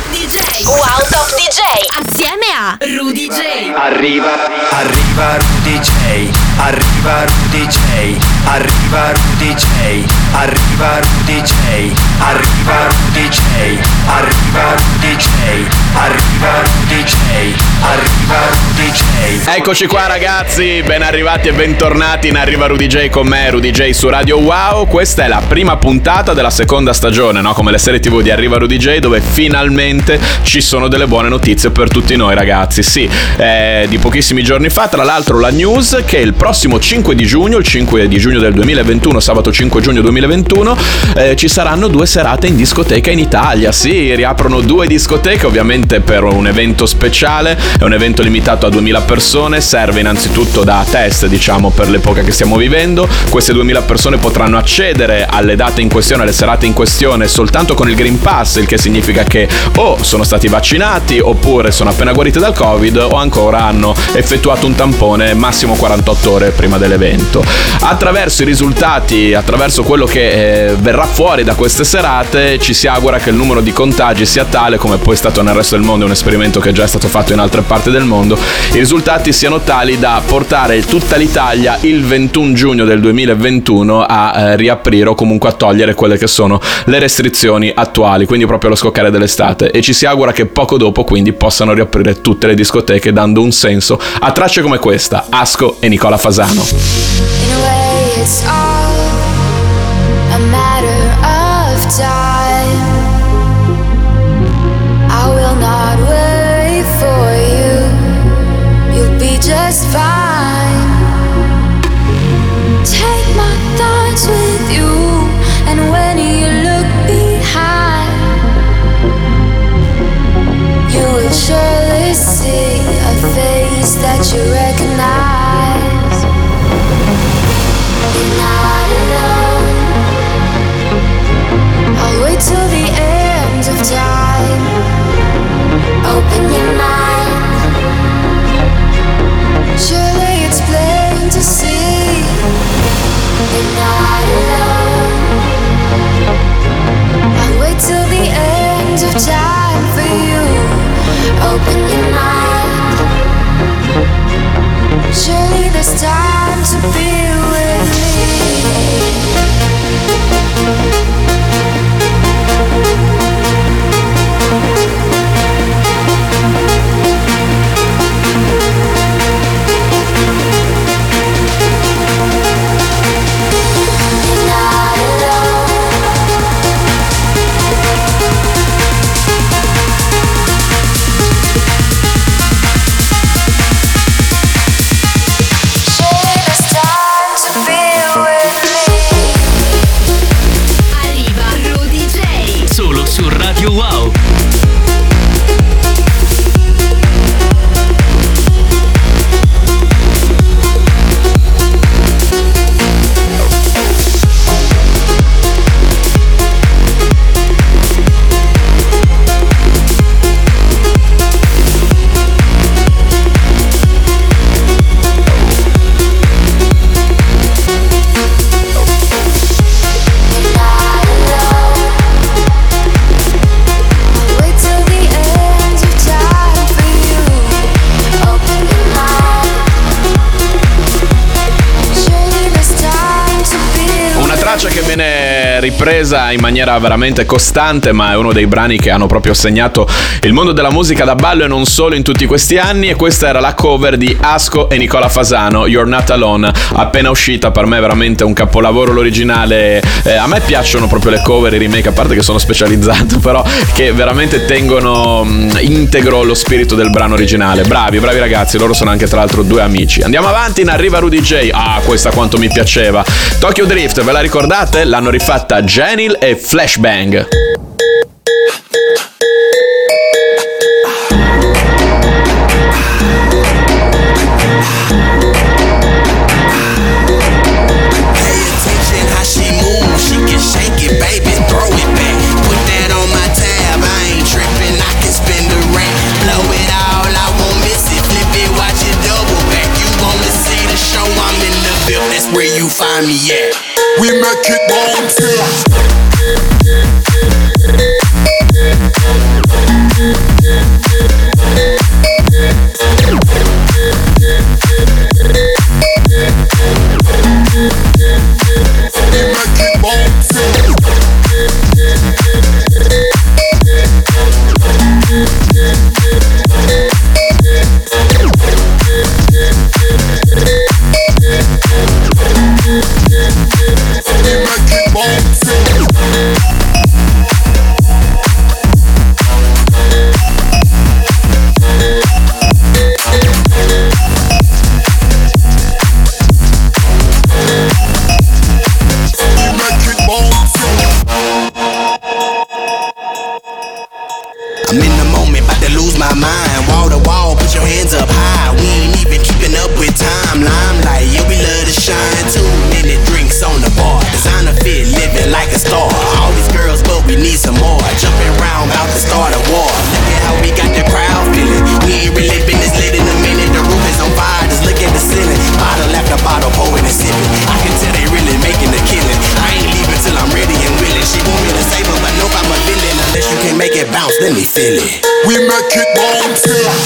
Top DJ. Wow Top DJ. Assieme a Rudy J. Arriva Rudy J. Arriva Rudy J. Arriva Rudy J. Arriva Rudy J. Arriva Rudy J. Arriva Rudy J. Arriva Rudy J. Arriva Rudy J. Eccoci qua ragazzi, ben arrivati e bentornati in Arriva Rudy J con me, Rudy J su Radio Wow. Questa è la prima puntata della seconda stagione, no? Come le serie TV di Arriva Rudy J, dove finalmente ci sono delle buone notizie per tutti noi ragazzi. Sì, di pochissimi giorni fa, tra l'altro, la news che il prossimo 5 di giugno, il 5 di giugno del 2021, sabato 5 giugno 2021, ci saranno 2 serate in discoteca in Italia. Sì, riaprono 2 discoteche, ovviamente per un evento speciale, è un evento limitato a 2000 persone, serve innanzitutto da test, diciamo, per l'epoca che stiamo vivendo. Queste 2000 persone potranno accedere alle date in questione, alle serate in questione, soltanto con il Green Pass, il che significa che o sono stati vaccinati, oppure sono appena guariti dal Covid, o ancora hanno effettuato un tampone massimo 48 ore prima dell'evento. Attraverso i risultati, attraverso quello che verrà fuori da queste serate, ci si augura che il numero di contagi sia tale, come poi è stato nel resto del mondo, è un esperimento che già è stato fatto in altre parti del mondo, i risultati siano tali da portare tutta l'Italia il 21 giugno del 2021 a riaprire, o comunque a togliere quelle che sono le restrizioni attuali, quindi proprio allo scoccare dell'estate, e ci si augura che poco dopo quindi possano riaprire tutte le discoteche, dando un senso a tracce come questa, Asco e Nicola Fasano. In a way it's all a matter of time. I will not wait for you. You'll be just fine. Take my thoughts with you, and when you look behind, you will surely see a face that you recognize. You're not alone. I'll wait till the end of time. Open your mind. Surely it's plain to see. You're not alone. I'll wait till the end of time for you. Open your mind. Surely there's time to be with me. Wow. Che viene ripresa in maniera veramente costante, ma è uno dei brani che hanno proprio segnato il mondo della musica da ballo e non solo in tutti questi anni, e questa era la cover di Asco e Nicola Fasano, You're Not Alone, appena uscita. Per me è veramente un capolavoro l'originale. A me piacciono proprio le cover, i remake, a parte che sono specializzato, però che veramente tengono integro lo spirito del brano originale. Bravi ragazzi, loro sono anche tra l'altro 2 amici. Andiamo avanti in Arriva Rudy J. Questa quanto mi piaceva. Tokyo Drift, ve la ricordate? L'hanno rifatta Janil e Flashbang. Find me at. We make it bounce. I'm in the moment, about to lose my mind. Wall to wall, put your hands up high. We ain't even keeping up with time. Limelight, yeah, we love to shine. 2 minute drinks on the bar. Designer fit, living like a star. All these girls, but we need some more. Jumping round, about to start a war. Look at how we got the crowd feeling. We ain't really been this lit in a minute. The roof is on fire, just look at the ceiling. Bottle after bottle, pouring and sipping. I can tell they really making a killing. I ain't leaving till I'm ready and willing. She want me to save her, but nope, I'm a villain. Unless you can make it bounce, let me feel it. We make it bounce.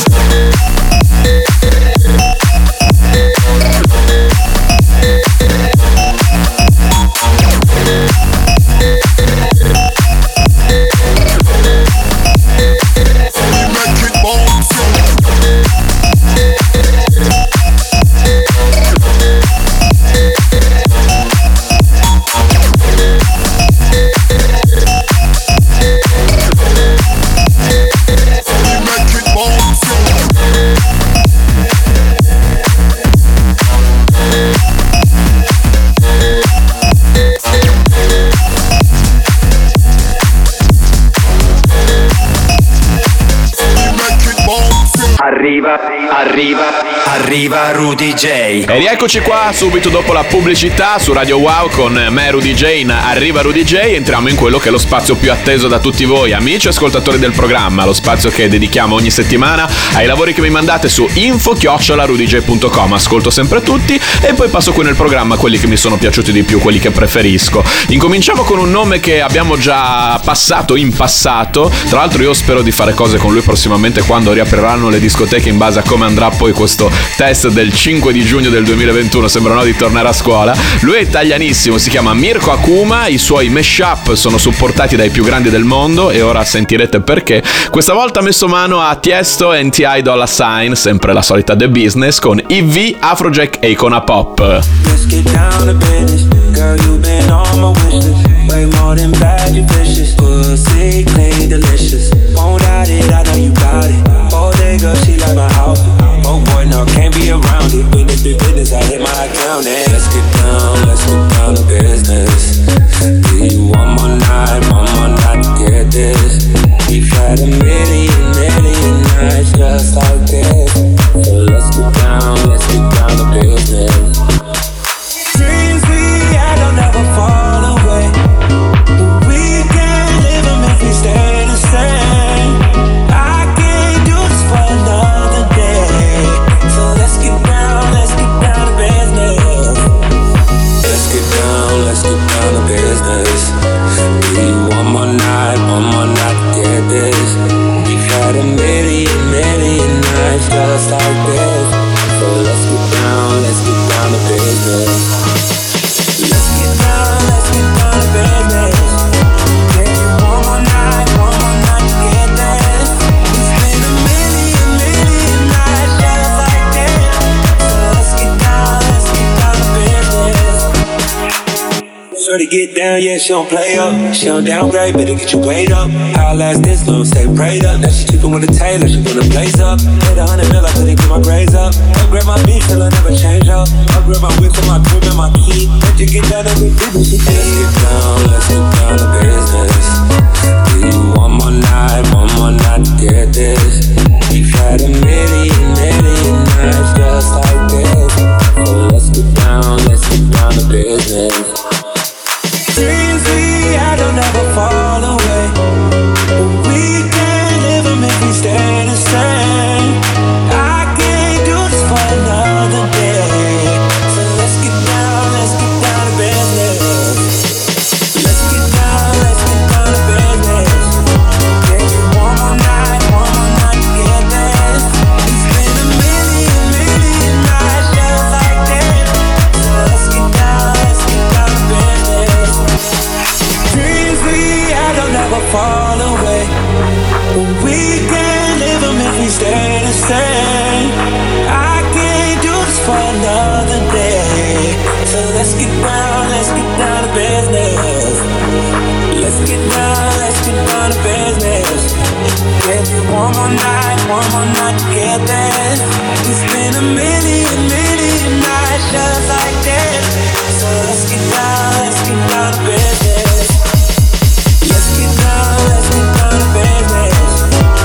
Arriva Rudy J. E rieccoci qua subito dopo la pubblicità su Radio Wow con me Rudy J in Arriva Rudy J. Entriamo in quello che è lo spazio più atteso da tutti voi amici ascoltatori del programma, lo spazio che dedichiamo ogni settimana ai lavori che mi mandate su info@rudyj.com. Ascolto sempre tutti e poi passo qui nel programma quelli che mi sono piaciuti di più, quelli che preferisco. Incominciamo con un nome che abbiamo già passato in passato. Tra l'altro io spero di fare cose con lui prossimamente quando riapriranno le discoteche, in base a come andrà poi questo test del 5 di giugno del 2021. Sembrano di tornare a scuola. Lui è italianissimo, si chiama Mirko Akuma. I suoi mashup sono supportati dai più grandi del mondo e ora sentirete perché. Questa volta ha messo mano a Tiesto e NTI Dolla Sign, sempre la solita The Business, con EV, Afrojack e Icona Pop. Let's get down to business. Girl, you've been on my wish list. Way more than bad, you vicious. Pussy clean, delicious. Won't doubt it, I know you got it. All day, girl, she like my outfit. Oh boy, no, can't be around it. When it's big business, I hit my account and let's get down to business. Do you one more night to get this? We've had a million nights just like this. So let's get down to business. Dreams we had don't never fall away. But we can't live them if we stay the same. I can't do this for another day. So let's get down to business. Let's get down to business. Do you one more night to get this? We've had a million nights just like this. So let's get down to business. Let's get down to business. Give you one more night to get this. It's been a million nights just like this. So let's get down to business. Shorty get down, yeah, she don't play up. She don't downgrade, better get your weight up. I'll last this long, stay prayed up. Now she cheapin' with a tailor, she wanna blaze up. Hit 100 mil, I couldn't get my grades up. Upgrade my beat till I never change up. Upgrade my whip and my crib and my key. Let you get down and do what she did. Let's get down to business. Do you one more night to get this? We've had a million nights just like this. So let's get down to business. Dreams we had don't never fall away. But we can't live them if we stay the same. I can't do this for another day. So let's get down to business. Let's get down to business. Give you one more night to get this. It's been a million nights just like this. So let's get down to business. Dreams we had don't never fall away. But we can't live them if we stay the same. I can't do this for another day. So let's get down to business. Let's get down to business. Give you one more night to get this. It's been a million nights just like this. So let's get down to business. Let's get down to business.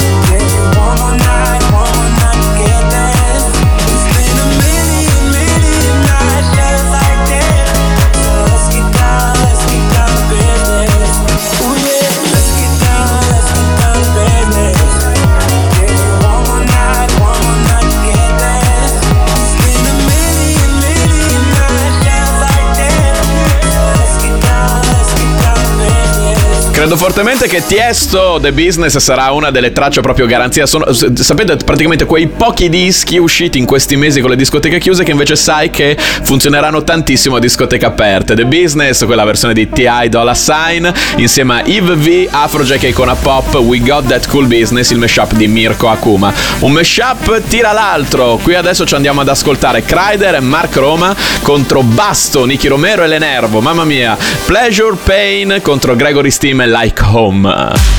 Credo fortemente che Tiesto The Business sarà una delle tracce proprio garanzia. Sapete, praticamente quei pochi dischi usciti in questi mesi con le discoteche chiuse che invece sai che funzioneranno tantissimo a discoteche aperte. The Business, quella versione di T.I. Dolla Sign, insieme a Eve V, Afrojack e Icona Pop, We Got That Cool Business, il mashup di Mirko Akuma. Un mashup tira l'altro. Qui adesso ci andiamo ad ascoltare Kryder e Mark Roma contro Basto, Nicky Romero e Lenervo. Mamma mia. Pleasure Pain contro Gregory Steam e Like Home.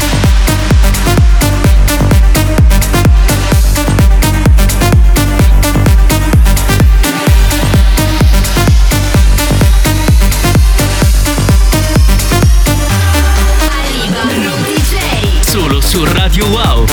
Solo su Radio Wow.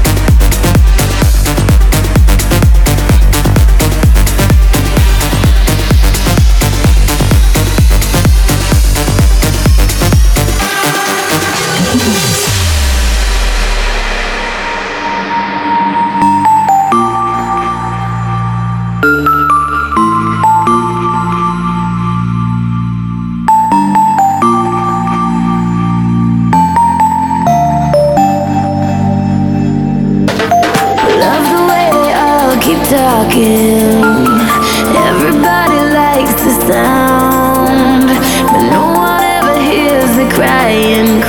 Everybody likes the sound, but no one ever hears the crying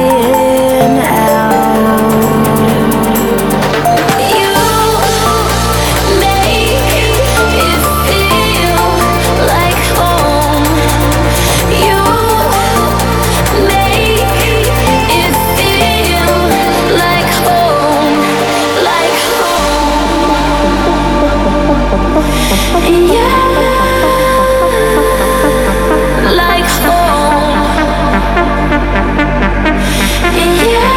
out. You make it feel like home. You make it feel like home, like home. Yeah, like home. Yeah.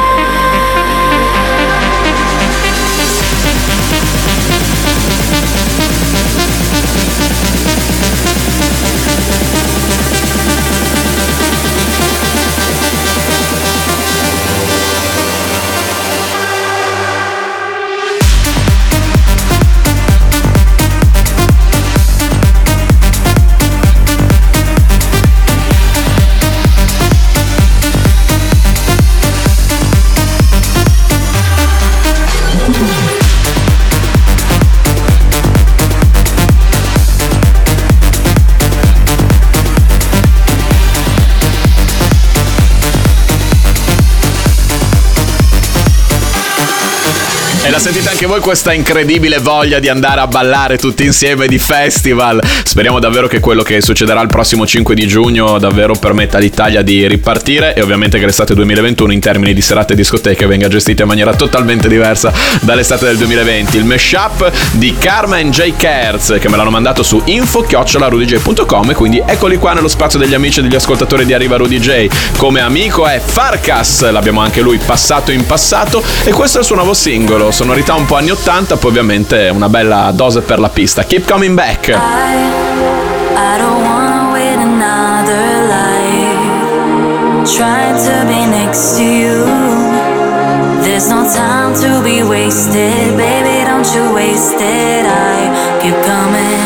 E la sentite anche voi questa incredibile voglia di andare a ballare tutti insieme, di festival? Speriamo davvero che quello che succederà il prossimo 5 di giugno davvero permetta all'Italia di ripartire e ovviamente che l'estate 2021 in termini di serate e discoteche venga gestita in maniera totalmente diversa dall'estate del 2020. Il mashup di Karma and J. Kerz, che me l'hanno mandato su info@rudj.com, e quindi eccoli qua nello spazio degli amici e degli ascoltatori di Arriva Rudy J. Come amico è Farkas, l'abbiamo anche lui passato in passato, e questo è il suo nuovo singolo, sonorità un po' anni 80, poi ovviamente una bella dose per la pista. Keep Coming Back. I don't wanna wait another life, trying to be next to you. There's no time to be wasted, baby, don't you waste it. I keep coming.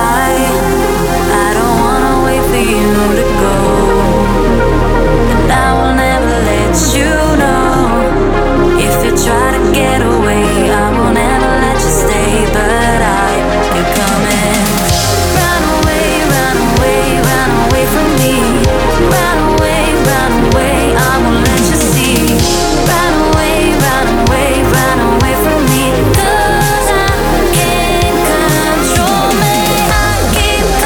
I don't wanna wait for you to go, and I will never let you know. If you try to get away, I will never let you stay, but I keep coming. Run away, run away, run away from me. Run away, I won't let you see. Run away, run away from me. 'Cause I can't control me. I keep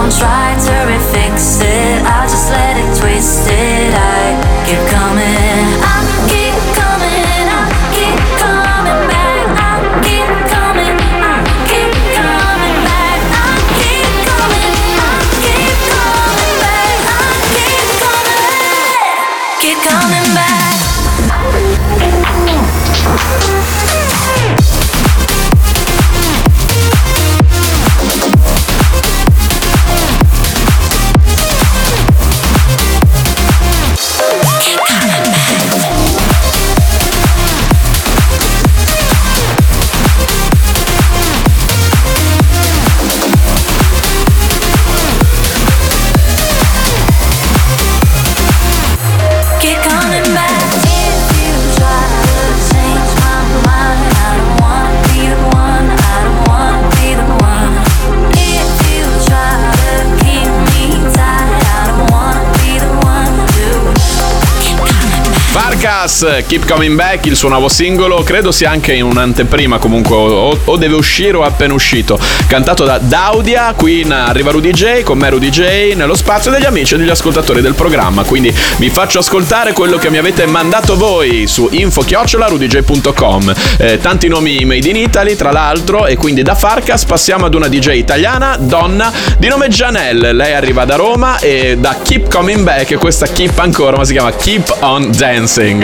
don't try to refix it, I just let it twist it. I keep coming, I keep coming, I keep coming back. I keep coming, I keep coming back. I keep coming, I keep coming back. I keep coming back. Keep Coming Back, il suo nuovo singolo, credo sia anche in un'anteprima comunque, o deve uscire o è appena uscito, cantato da Daudia. Qui in Arriva Rudy J, con me Rudy J, nello spazio degli amici e degli ascoltatori del programma. Quindi vi faccio ascoltare quello che mi avete mandato voi su info@rudyj.com. Tanti nomi made in Italy tra l'altro, e quindi da Farkas passiamo ad una DJ italiana, donna, di nome Janelle. Lei arriva da Roma e da Keep Coming Back, e questa keep ancora, ma si chiama Keep on Dancing.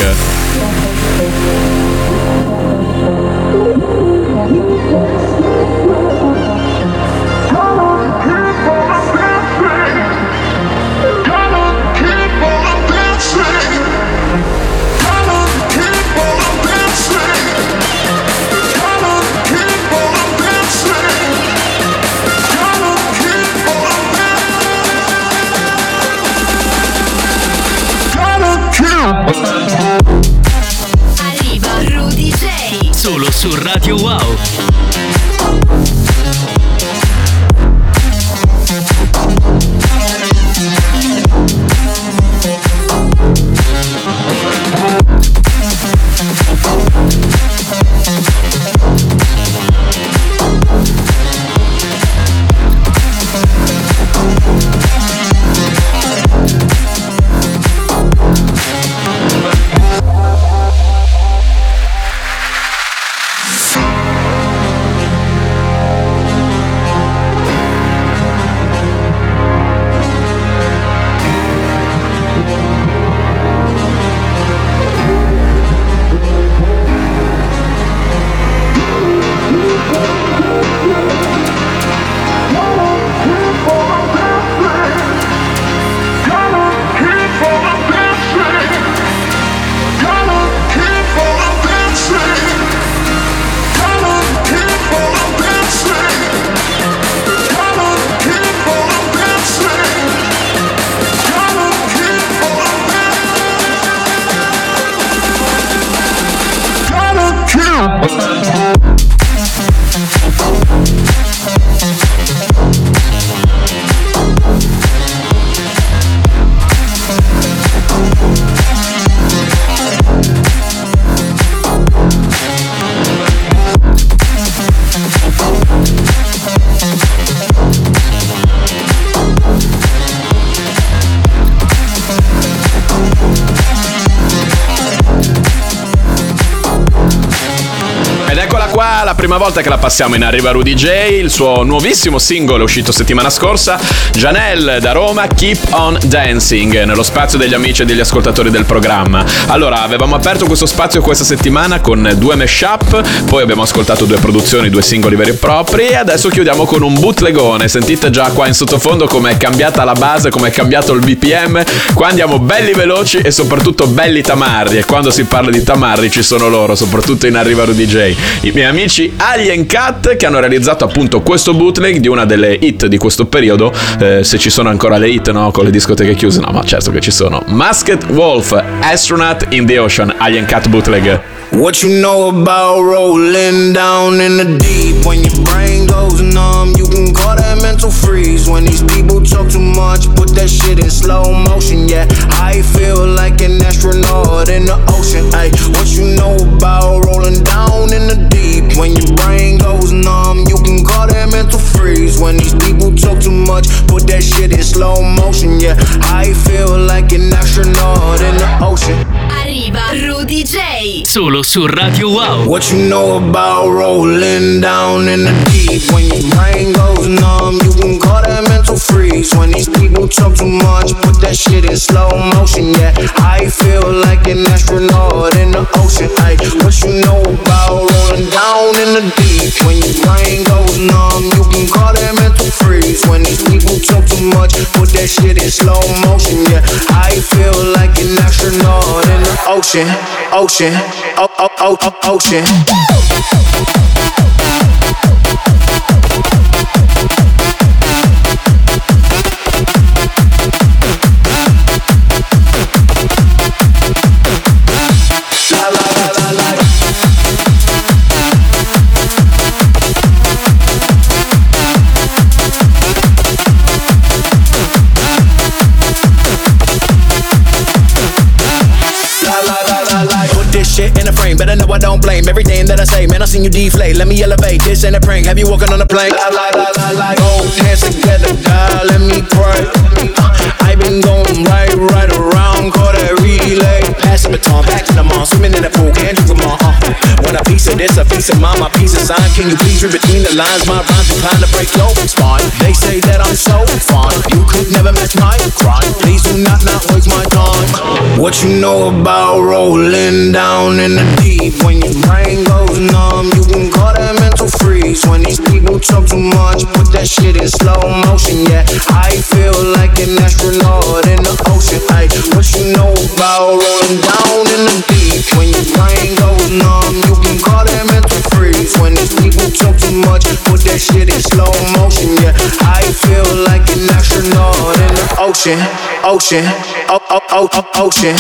Arriva Rudy J. Solo su Radio Wow. La prima volta che la passiamo in Arriva Rudy J, il suo nuovissimo singolo è uscito settimana scorsa, Janelle da Roma, Keep on Dancing, nello spazio degli amici e degli ascoltatori del programma. Allora, avevamo aperto questo spazio questa settimana con 2 mashup, poi abbiamo ascoltato 2 produzioni, 2 singoli veri e propri, e adesso chiudiamo con un bootlegone. Sentite già qua in sottofondo come è cambiata la base, come è cambiato il BPM. Qua andiamo belli veloci e soprattutto belli tamarri, e quando si parla di tamarri ci sono loro, soprattutto in Arriva Rudy J, i miei amici Alien Cat, che hanno realizzato appunto questo bootleg di una delle hit di questo periodo, se ci sono ancora le hit, no? Con le discoteche chiuse, no, ma certo che ci sono. Masked Wolf, Astronaut in the Ocean, Alien Cat bootleg. What you know about rolling down in the deep? When your brain goes numb, you can call that mental freeze. When these people talk too much, put that shit in slow motion. Yeah, I feel like an astronaut in the ocean. Ay, what you know about rolling down in the deep? When your brain goes numb, you can call that mental mental freeze when these people talk too much. Put that shit in slow motion, yeah. I feel like an astronaut in the ocean. Arriva Rudy J. Solo su Radio Wow. What you know about rolling down in the deep? When your brain goes numb, you can call that mental freeze. When these people talk too much, put that shit in slow motion, yeah. I feel like an astronaut in the ocean. Ay, what you know about rolling down in the deep? When your brain goes numb, you can call that mental freeze. When these people talk too much, put that shit in slow motion, yeah. I feel like an astronaut in the ocean, ocean, ocean. Shit in a frame, better know I don't blame everything that I say. Man, I seen you deflate. Let me elevate. This ain't a prank. Have you walking on a plane? Hold hands together, God, let me pray. I been going right around, call that relay. Pass the baton, back to the mall, swimming in the pool, can't drink them all. Want a piece of this, a piece of mine, my piece of sign. Can you please read between the lines? My rhymes inclined to break your spine. They say that I'm so fine, you could never match my crime. Please do not waste my time. What you know about rolling down in the deep? When your brain goes numb, you can call that mental freeze. When these people talk too much, put that shit in slow motion, yeah. I feel like an astronaut in the ocean. Ay, what you know about rolling down in the deep? When your brain goes numb, you can call that mental freeze. When these people talk too much, put that shit in slow motion, yeah. I feel like an astronaut in the ocean, ocean, ocean.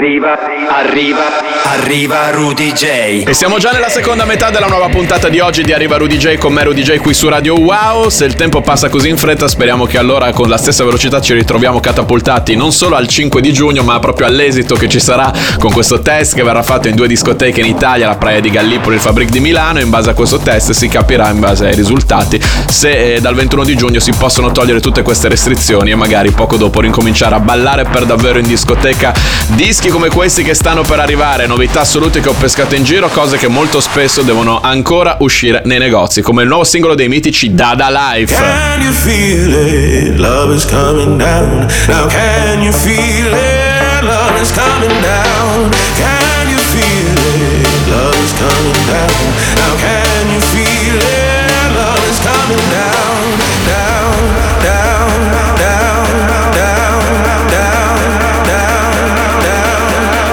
Arriva Rudy J. E siamo già nella seconda metà della nuova puntata di oggi di Arriva Rudy J con me Rudy J qui su Radio Wow. Se il tempo passa così in fretta, speriamo che allora con la stessa velocità ci ritroviamo catapultati non solo al 5 di giugno ma proprio all'esito che ci sarà con questo test che verrà fatto in 2 discoteche in Italia, la Praia di Gallipoli e il Fabric di Milano. In base a questo test si capirà, in base ai risultati, se dal 21 di giugno si possono togliere tutte queste restrizioni e magari poco dopo ricominciare a ballare per davvero in discoteca. Dischi come questi che stanno per arrivare, novità assolute che ho pescato in giro, cose che molto spesso devono ancora uscire nei negozi, come il nuovo singolo dei mitici Dada Life. Can you feel it? Love is coming down. Now can you feel it? Love is coming down. Can you feel it? Love is coming down. Now can you feel it? Love is coming down. Down, down, down, down, down, down, down,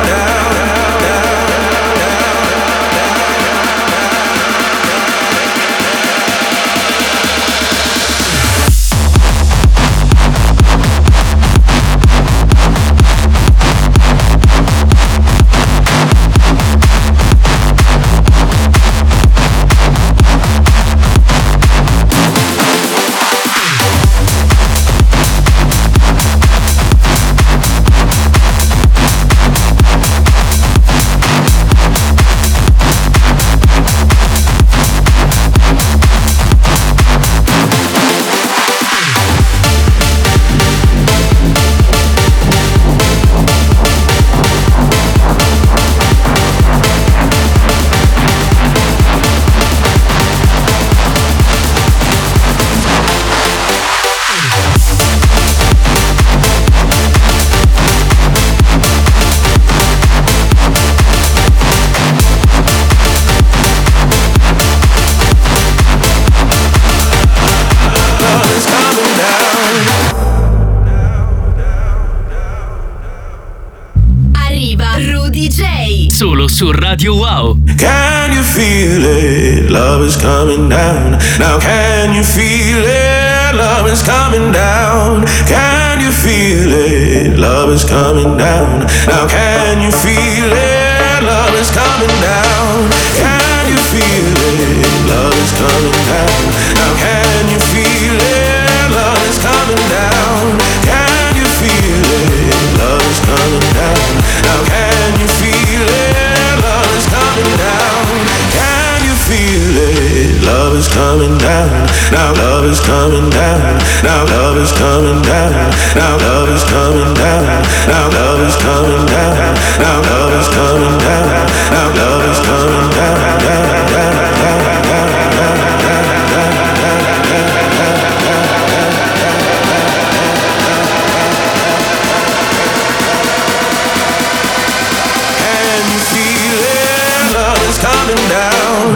Solo su Radio Wow. Can you feel it? Love is coming down. Now can you feel it? Love is coming down. Can you feel it? Love is coming down. Now can you feel it? Love is coming down. Can you feel it? Love is coming down. Now can you feel it? Love is coming down. Can you feel it? Love is coming down. Now can you feel it? Love is coming down. Can you feel it? Love is coming down. Now is coming down. Now love is coming down. Now love is coming down. Now love is coming down. Now love is coming down. Now love is coming down. Down, down, down, down, down, down, down, Can you feel it? Love is coming down.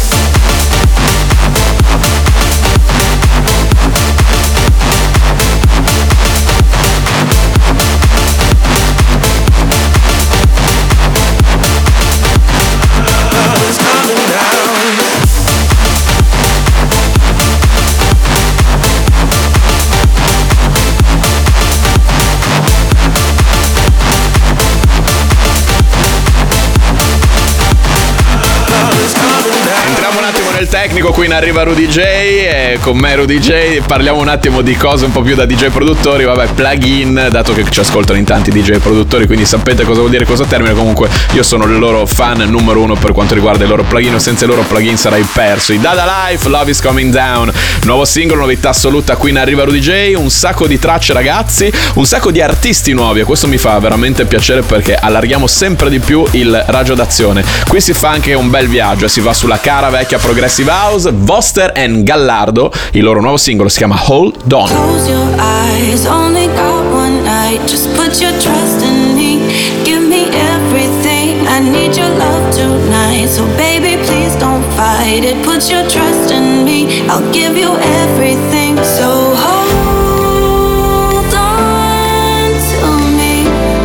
Tecnico, qui in arriva Rudy J e con me Rudy J parliamo un attimo di cose un po' più da DJ produttori, vabbè, plugin, dato che ci ascoltano in tanti DJ produttori, quindi sapete cosa vuol dire questo termine. Comunque io sono il loro fan numero uno per quanto riguarda i loro plugin, senza i loro plugin sarai perso. I Dada Life, Love is Coming Down, nuovo singolo, novità assoluta, qui in arriva Rudy J, un sacco di tracce ragazzi, un sacco di artisti nuovi e questo mi fa veramente piacere perché allarghiamo sempre di più il raggio d'azione. Qui si fa anche un bel viaggio e si va sulla cara vecchia Progressive House. Voster and Gallardo, il loro nuovo singolo si chiama Hold On. Close your eyes, only got one night. Just put your trust in me. Give me everything. I need your love tonight. So baby, please don't fight it. Put your trust in me. I'll give you everything. So hold on to me.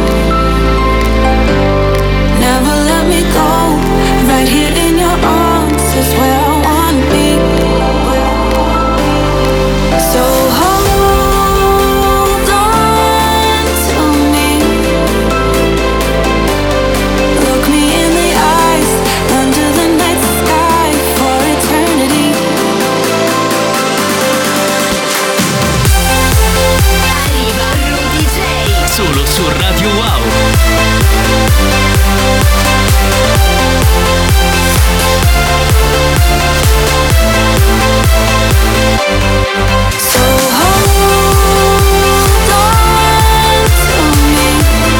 Never let me go. Right here in your arms is where I wanna be. So hold on to me. Look me in the eyes under the night sky for eternity. Arriva Rudy J. Solo su Radio Wow. So hold on to me.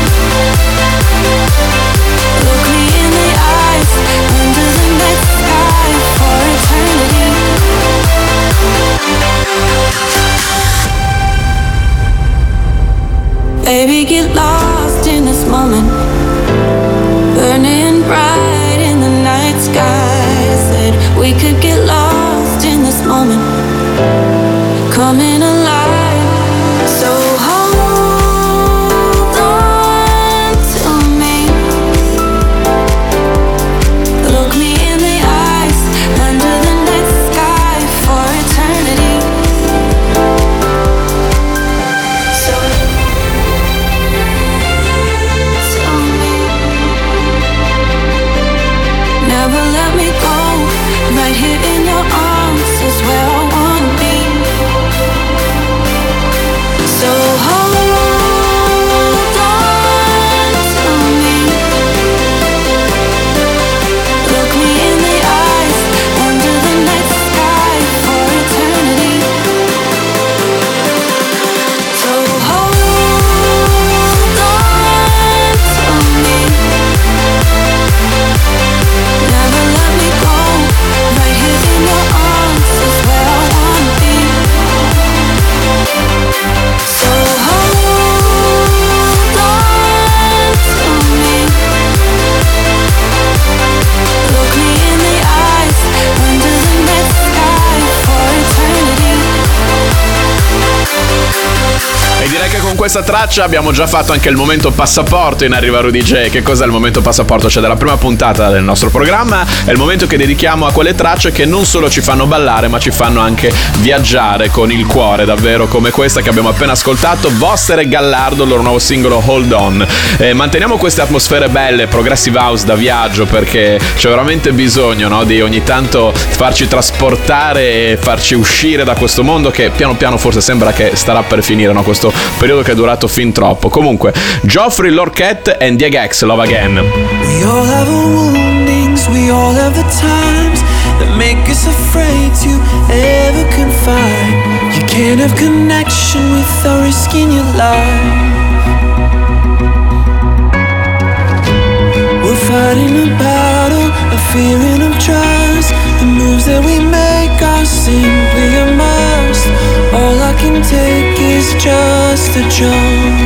Look me in the eyes under the night sky for eternity. Baby, get lost in this moment, burning bright in the night sky. Said we could get lost in this moment, coming alive. So hold on to me. Look me in the eyes under the night sky for eternity. So tell me, never let me go. Right here in your arms is where I wanna be. So hold on to me. Look me in the eyes under the night sky for eternity. So hold on to me. Never let me go. Right here in your arms is where I wanna be. So hold on to me. Look me in the eyes under the night sky for eternity. E direi che con questa traccia abbiamo già fatto anche il momento passaporto in arriva Rudy J. Che cos'è il momento passaporto? Cioè della prima puntata del nostro programma è il momento che dedichiamo a quelle tracce che non solo ci fanno ballare ma ci fanno anche viaggiare con il cuore, davvero, come questa che abbiamo appena ascoltato, Voster e Gallardo, il loro nuovo singolo Hold On. Manteniamo queste atmosfere belle, progressive house da viaggio, perché c'è veramente bisogno, no, di ogni tanto farci trasportare e farci uscire da questo mondo che piano piano forse sembra che starà per finire, no? Questo periodo che è durato fin troppo. Comunque, Geoffrey Lorquette and Dieg X, Love Again. We all have our woundings, we all have the times that make us afraid to ever confide. Can't have connection without risking your life. We're fighting a battle, a fearing of trust. The moves that we make are simply a must. All I can take is just a jump.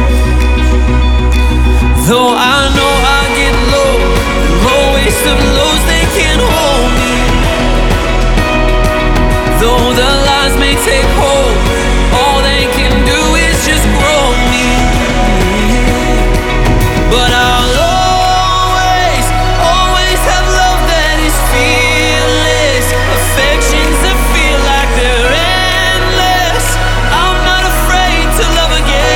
Though I know I get low, the lowest of lows, they can't hold me. Though the lies may take hold, all they can do is just grow me. But I'll always, always have love that is fearless, affections that feel like they're endless. I'm not afraid to love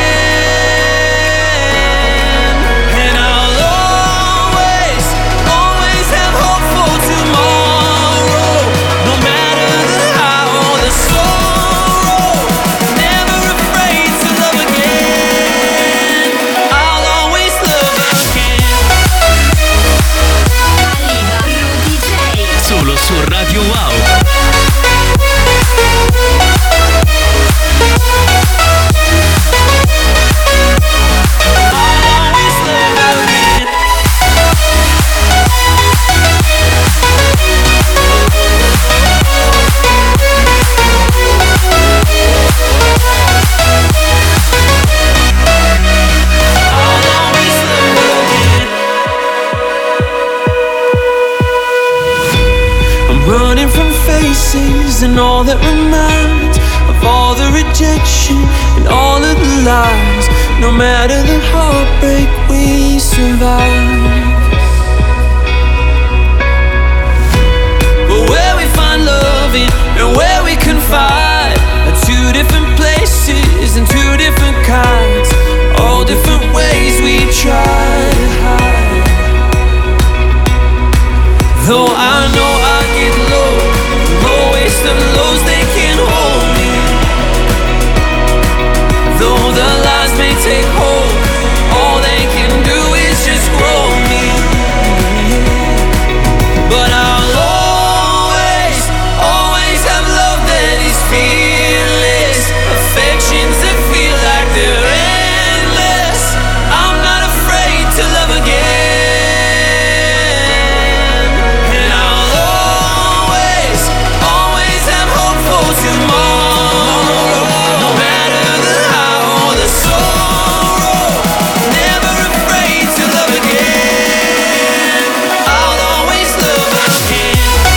again. And I'll always, always have hope for tomorrow. No matter the high or the sorrow, never afraid to love again. I'll always love again. Arriva Rudy J. Solo su Radio Wow. I'm running from faces and all that reminds of all the rejection and all of the lies. No matter the heartbreak, we survive. But where we find love in and where we confide are two different places and two different kinds. All different ways we try to hide. Though I know I get low, the lowest of lows, they can't hold me. Though the lies may take hold, all they can do is just grow me. But I'll always, always have love that is fearless, affections that feel like they're endless. I'm not afraid to love again. And I'll always, always have hope for tomorrow. No matter the high or the sorrow, never afraid to love again. I'll always love again.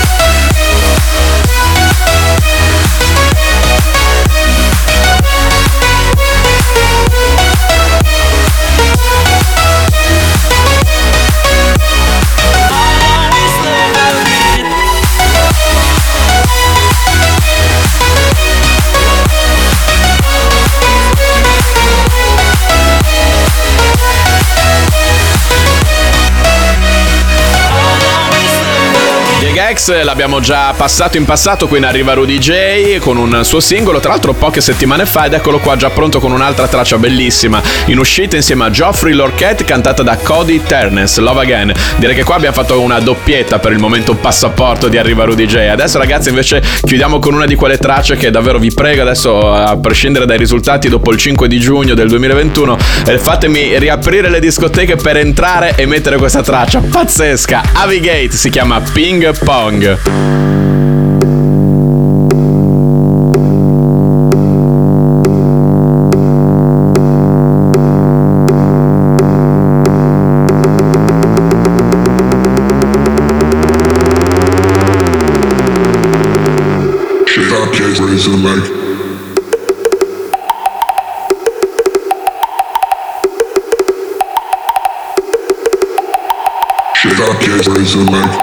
X l'abbiamo già passato in passato qui in Arriva Rudy J con un suo singolo, tra l'altro poche settimane fa, ed eccolo qua già pronto con un'altra traccia bellissima in uscita insieme a Geoffrey Lorquette, cantata da Cody Ternes, Love Again. Direi che qua abbiamo fatto una doppietta per il momento passaporto di Arriva Rudy J. Adesso ragazzi invece chiudiamo con una di quelle tracce che davvero vi prego adesso, a prescindere dai risultati dopo il 5 di giugno del 2021, fatemi riaprire le discoteche per entrare e mettere questa traccia pazzesca. Avigate si chiama Ping Pong. Shit up, kids, raise the mic. Shit up, kids, raise the mic.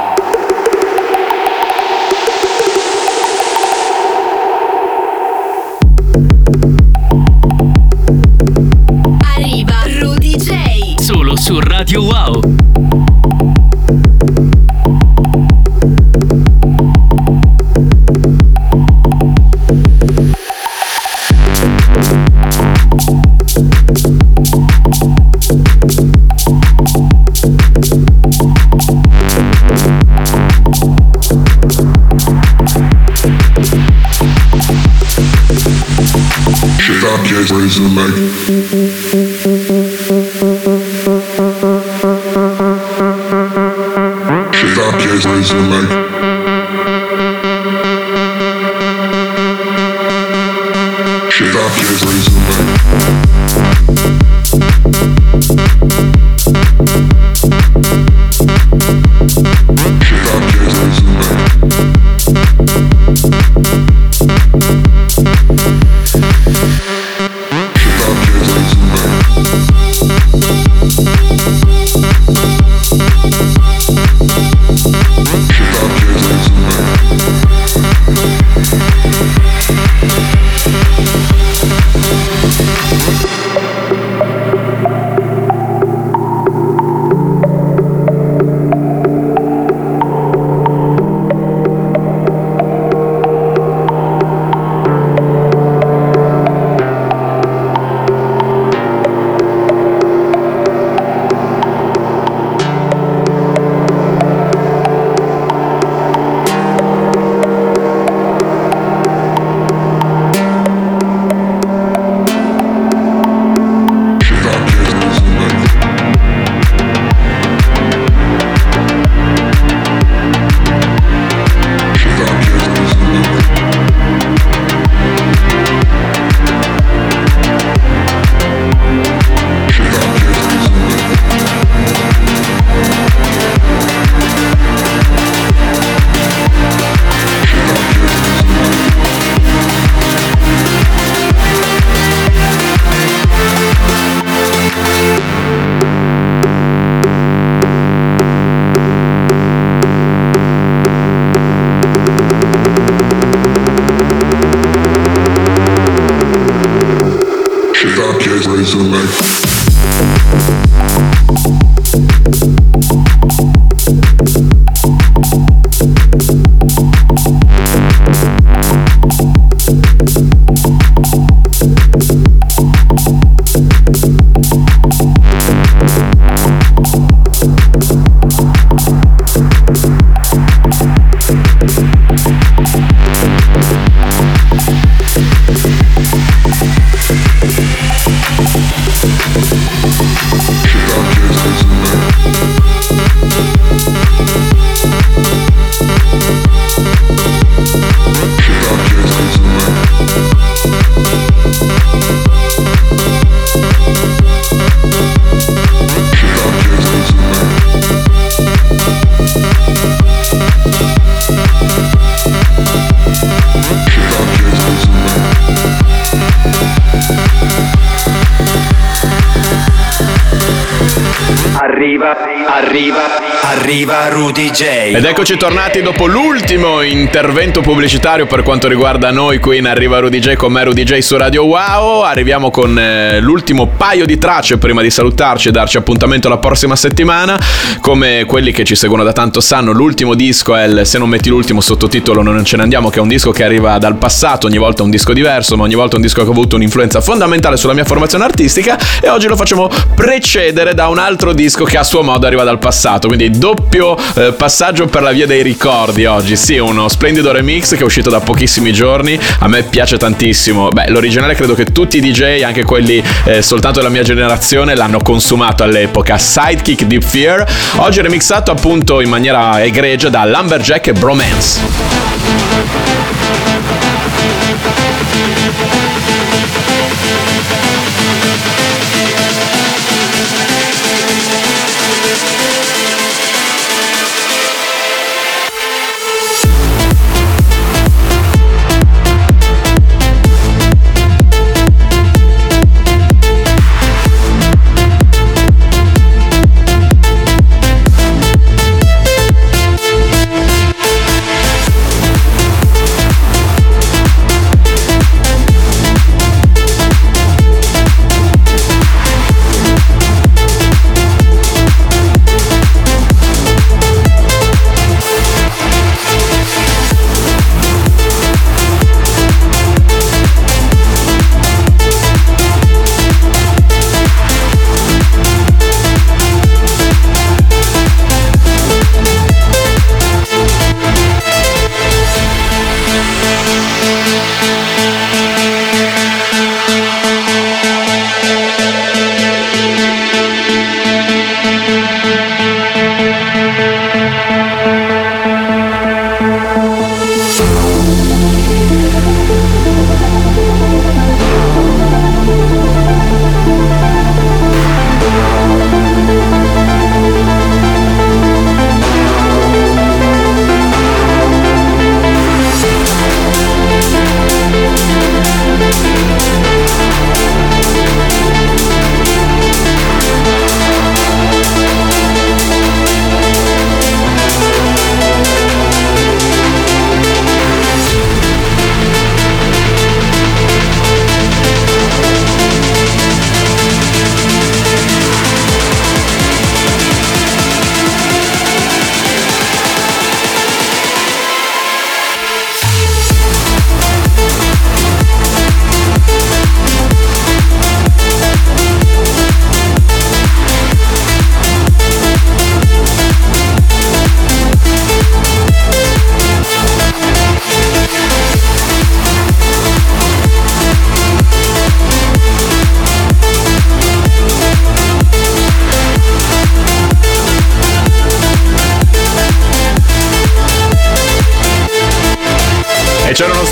Arriva Rudy J. Solo su Radio Wow. up, just raise the mic. Shake up, just raise the mic. Shake up, just raise the mic. Shake up, just raise the mic. Raise the mic. Arriva Rudy J. Ed eccoci tornati dopo l'ultimo intervento pubblicitario per quanto riguarda noi qui in Arriva Rudy J con me Rudy J su Radio Wow. Arriviamo con l'ultimo paio di tracce prima di salutarci e darci appuntamento la prossima settimana. Come quelli che ci seguono da tanto sanno, l'ultimo disco è il Se non metti l'ultimo sottotitolo non ce ne andiamo, che è un disco che arriva dal passato, ogni volta un disco diverso, ma ogni volta un disco che ha avuto un'influenza fondamentale sulla mia formazione artistica, e oggi lo facciamo precedere da un altro disco che a suo modo arriva dal passato, quindi doppio passaggio per la via dei ricordi oggi. Sì, uno splendido remix che è uscito da pochissimi giorni, a me piace tantissimo. Beh, l'originale credo che tutti i DJ, anche quelli soltanto della mia generazione, l'hanno consumato all'epoca. Sidekick Deep Fear, oggi remixato appunto in maniera egregia da Lumberjack e Bromance.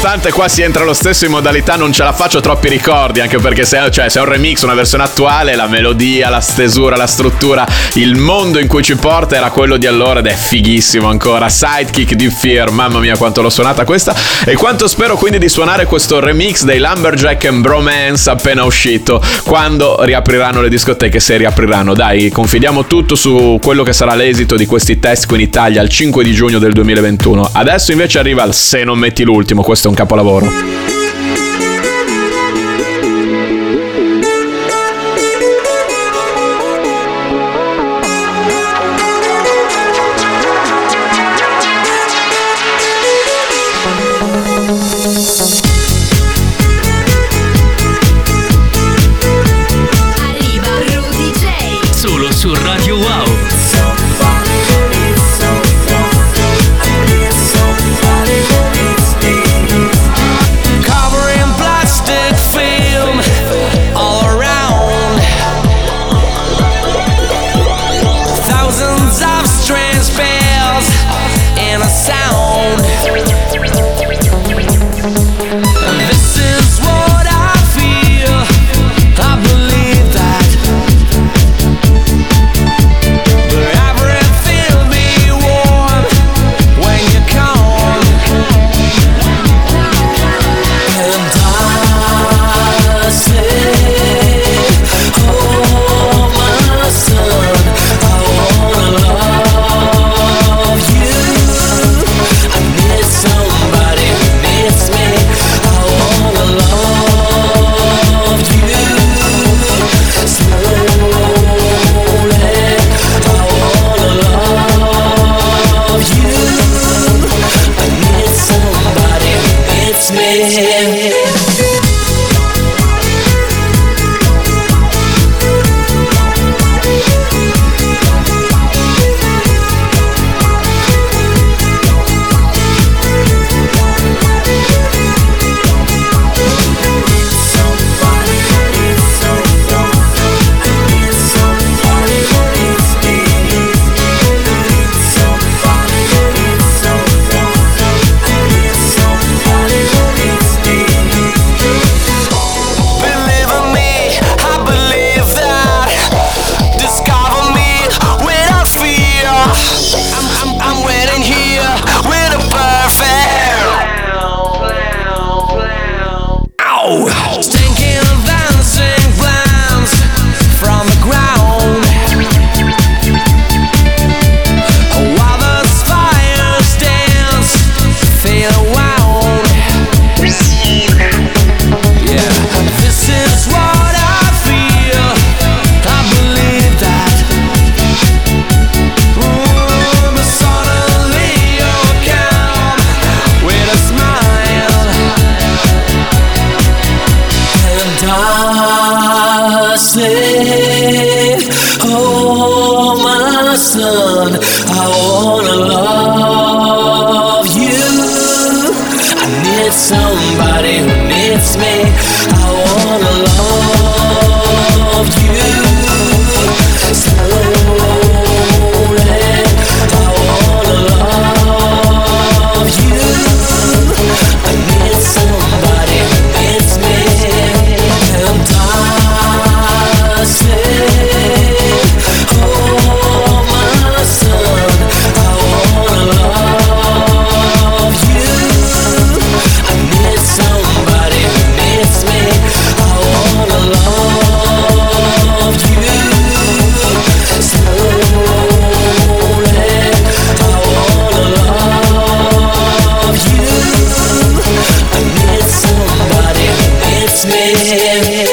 nonostante qua si entra lo stesso in modalità non ce la faccio, troppi ricordi, anche perché se è un remix, una versione attuale, la melodia, la stesura, la struttura, il mondo in cui ci porta era quello di allora ed è fighissimo ancora. Sidekick di Fear, mamma mia quanto l'ho suonata questa e quanto spero quindi di suonare questo remix dei Lumberjack and Bromance appena uscito, quando riapriranno le discoteche, se riapriranno. Dai, confidiamo tutto su quello che sarà l'esito di questi test qui in Italia il 5 di giugno del 2021. Adesso invece arriva il Se non metti l'ultimo, questo è un capolavoro. Solo su Radio Wow. Covering plastic film all around. Thousands of strange spells in a sound. This is what I feel. I believe that. Everything be warm when you come, and I say, oh my son, I wanna love you. I need somebody who needs me. I wanna love you slowly. I wanna love you. I need somebody who needs me. Believe in me, I believe that. Discover me without fear. I'm waiting here with a perfect. Ow! Stinking dancing plants from the ground. While the fires dance, fade around. Yeah, this is what I feel. I believe that. But suddenly you'll come with a smile, and I say, oh my son, I wanna love you. I need somebody who needs me. I wanna love you slowly. I wanna love you. I need somebody who needs me. And I say, oh my son, I wanna love you. I need somebody who needs me. I wanna love you slowly. I wanna love you. I need somebody who needs me.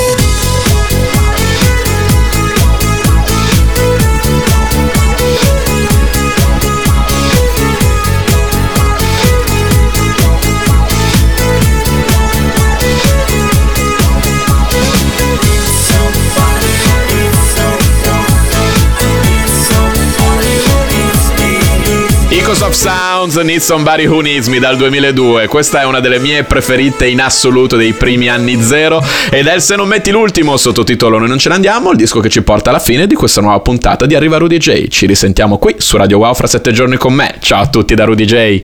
Icos of Sounds, Need Somebody Who Needs Me dal 2002. Questa è una delle mie preferite in assoluto dei primi anni zero ed è il Se non metti l'ultimo, sottotitolo Noi non ce ne andiamo, il disco che ci porta alla fine di questa nuova puntata di Arriva Rudy J. Ci risentiamo qui su Radio Wow fra 7 giorni con me. Ciao a tutti da Rudy J.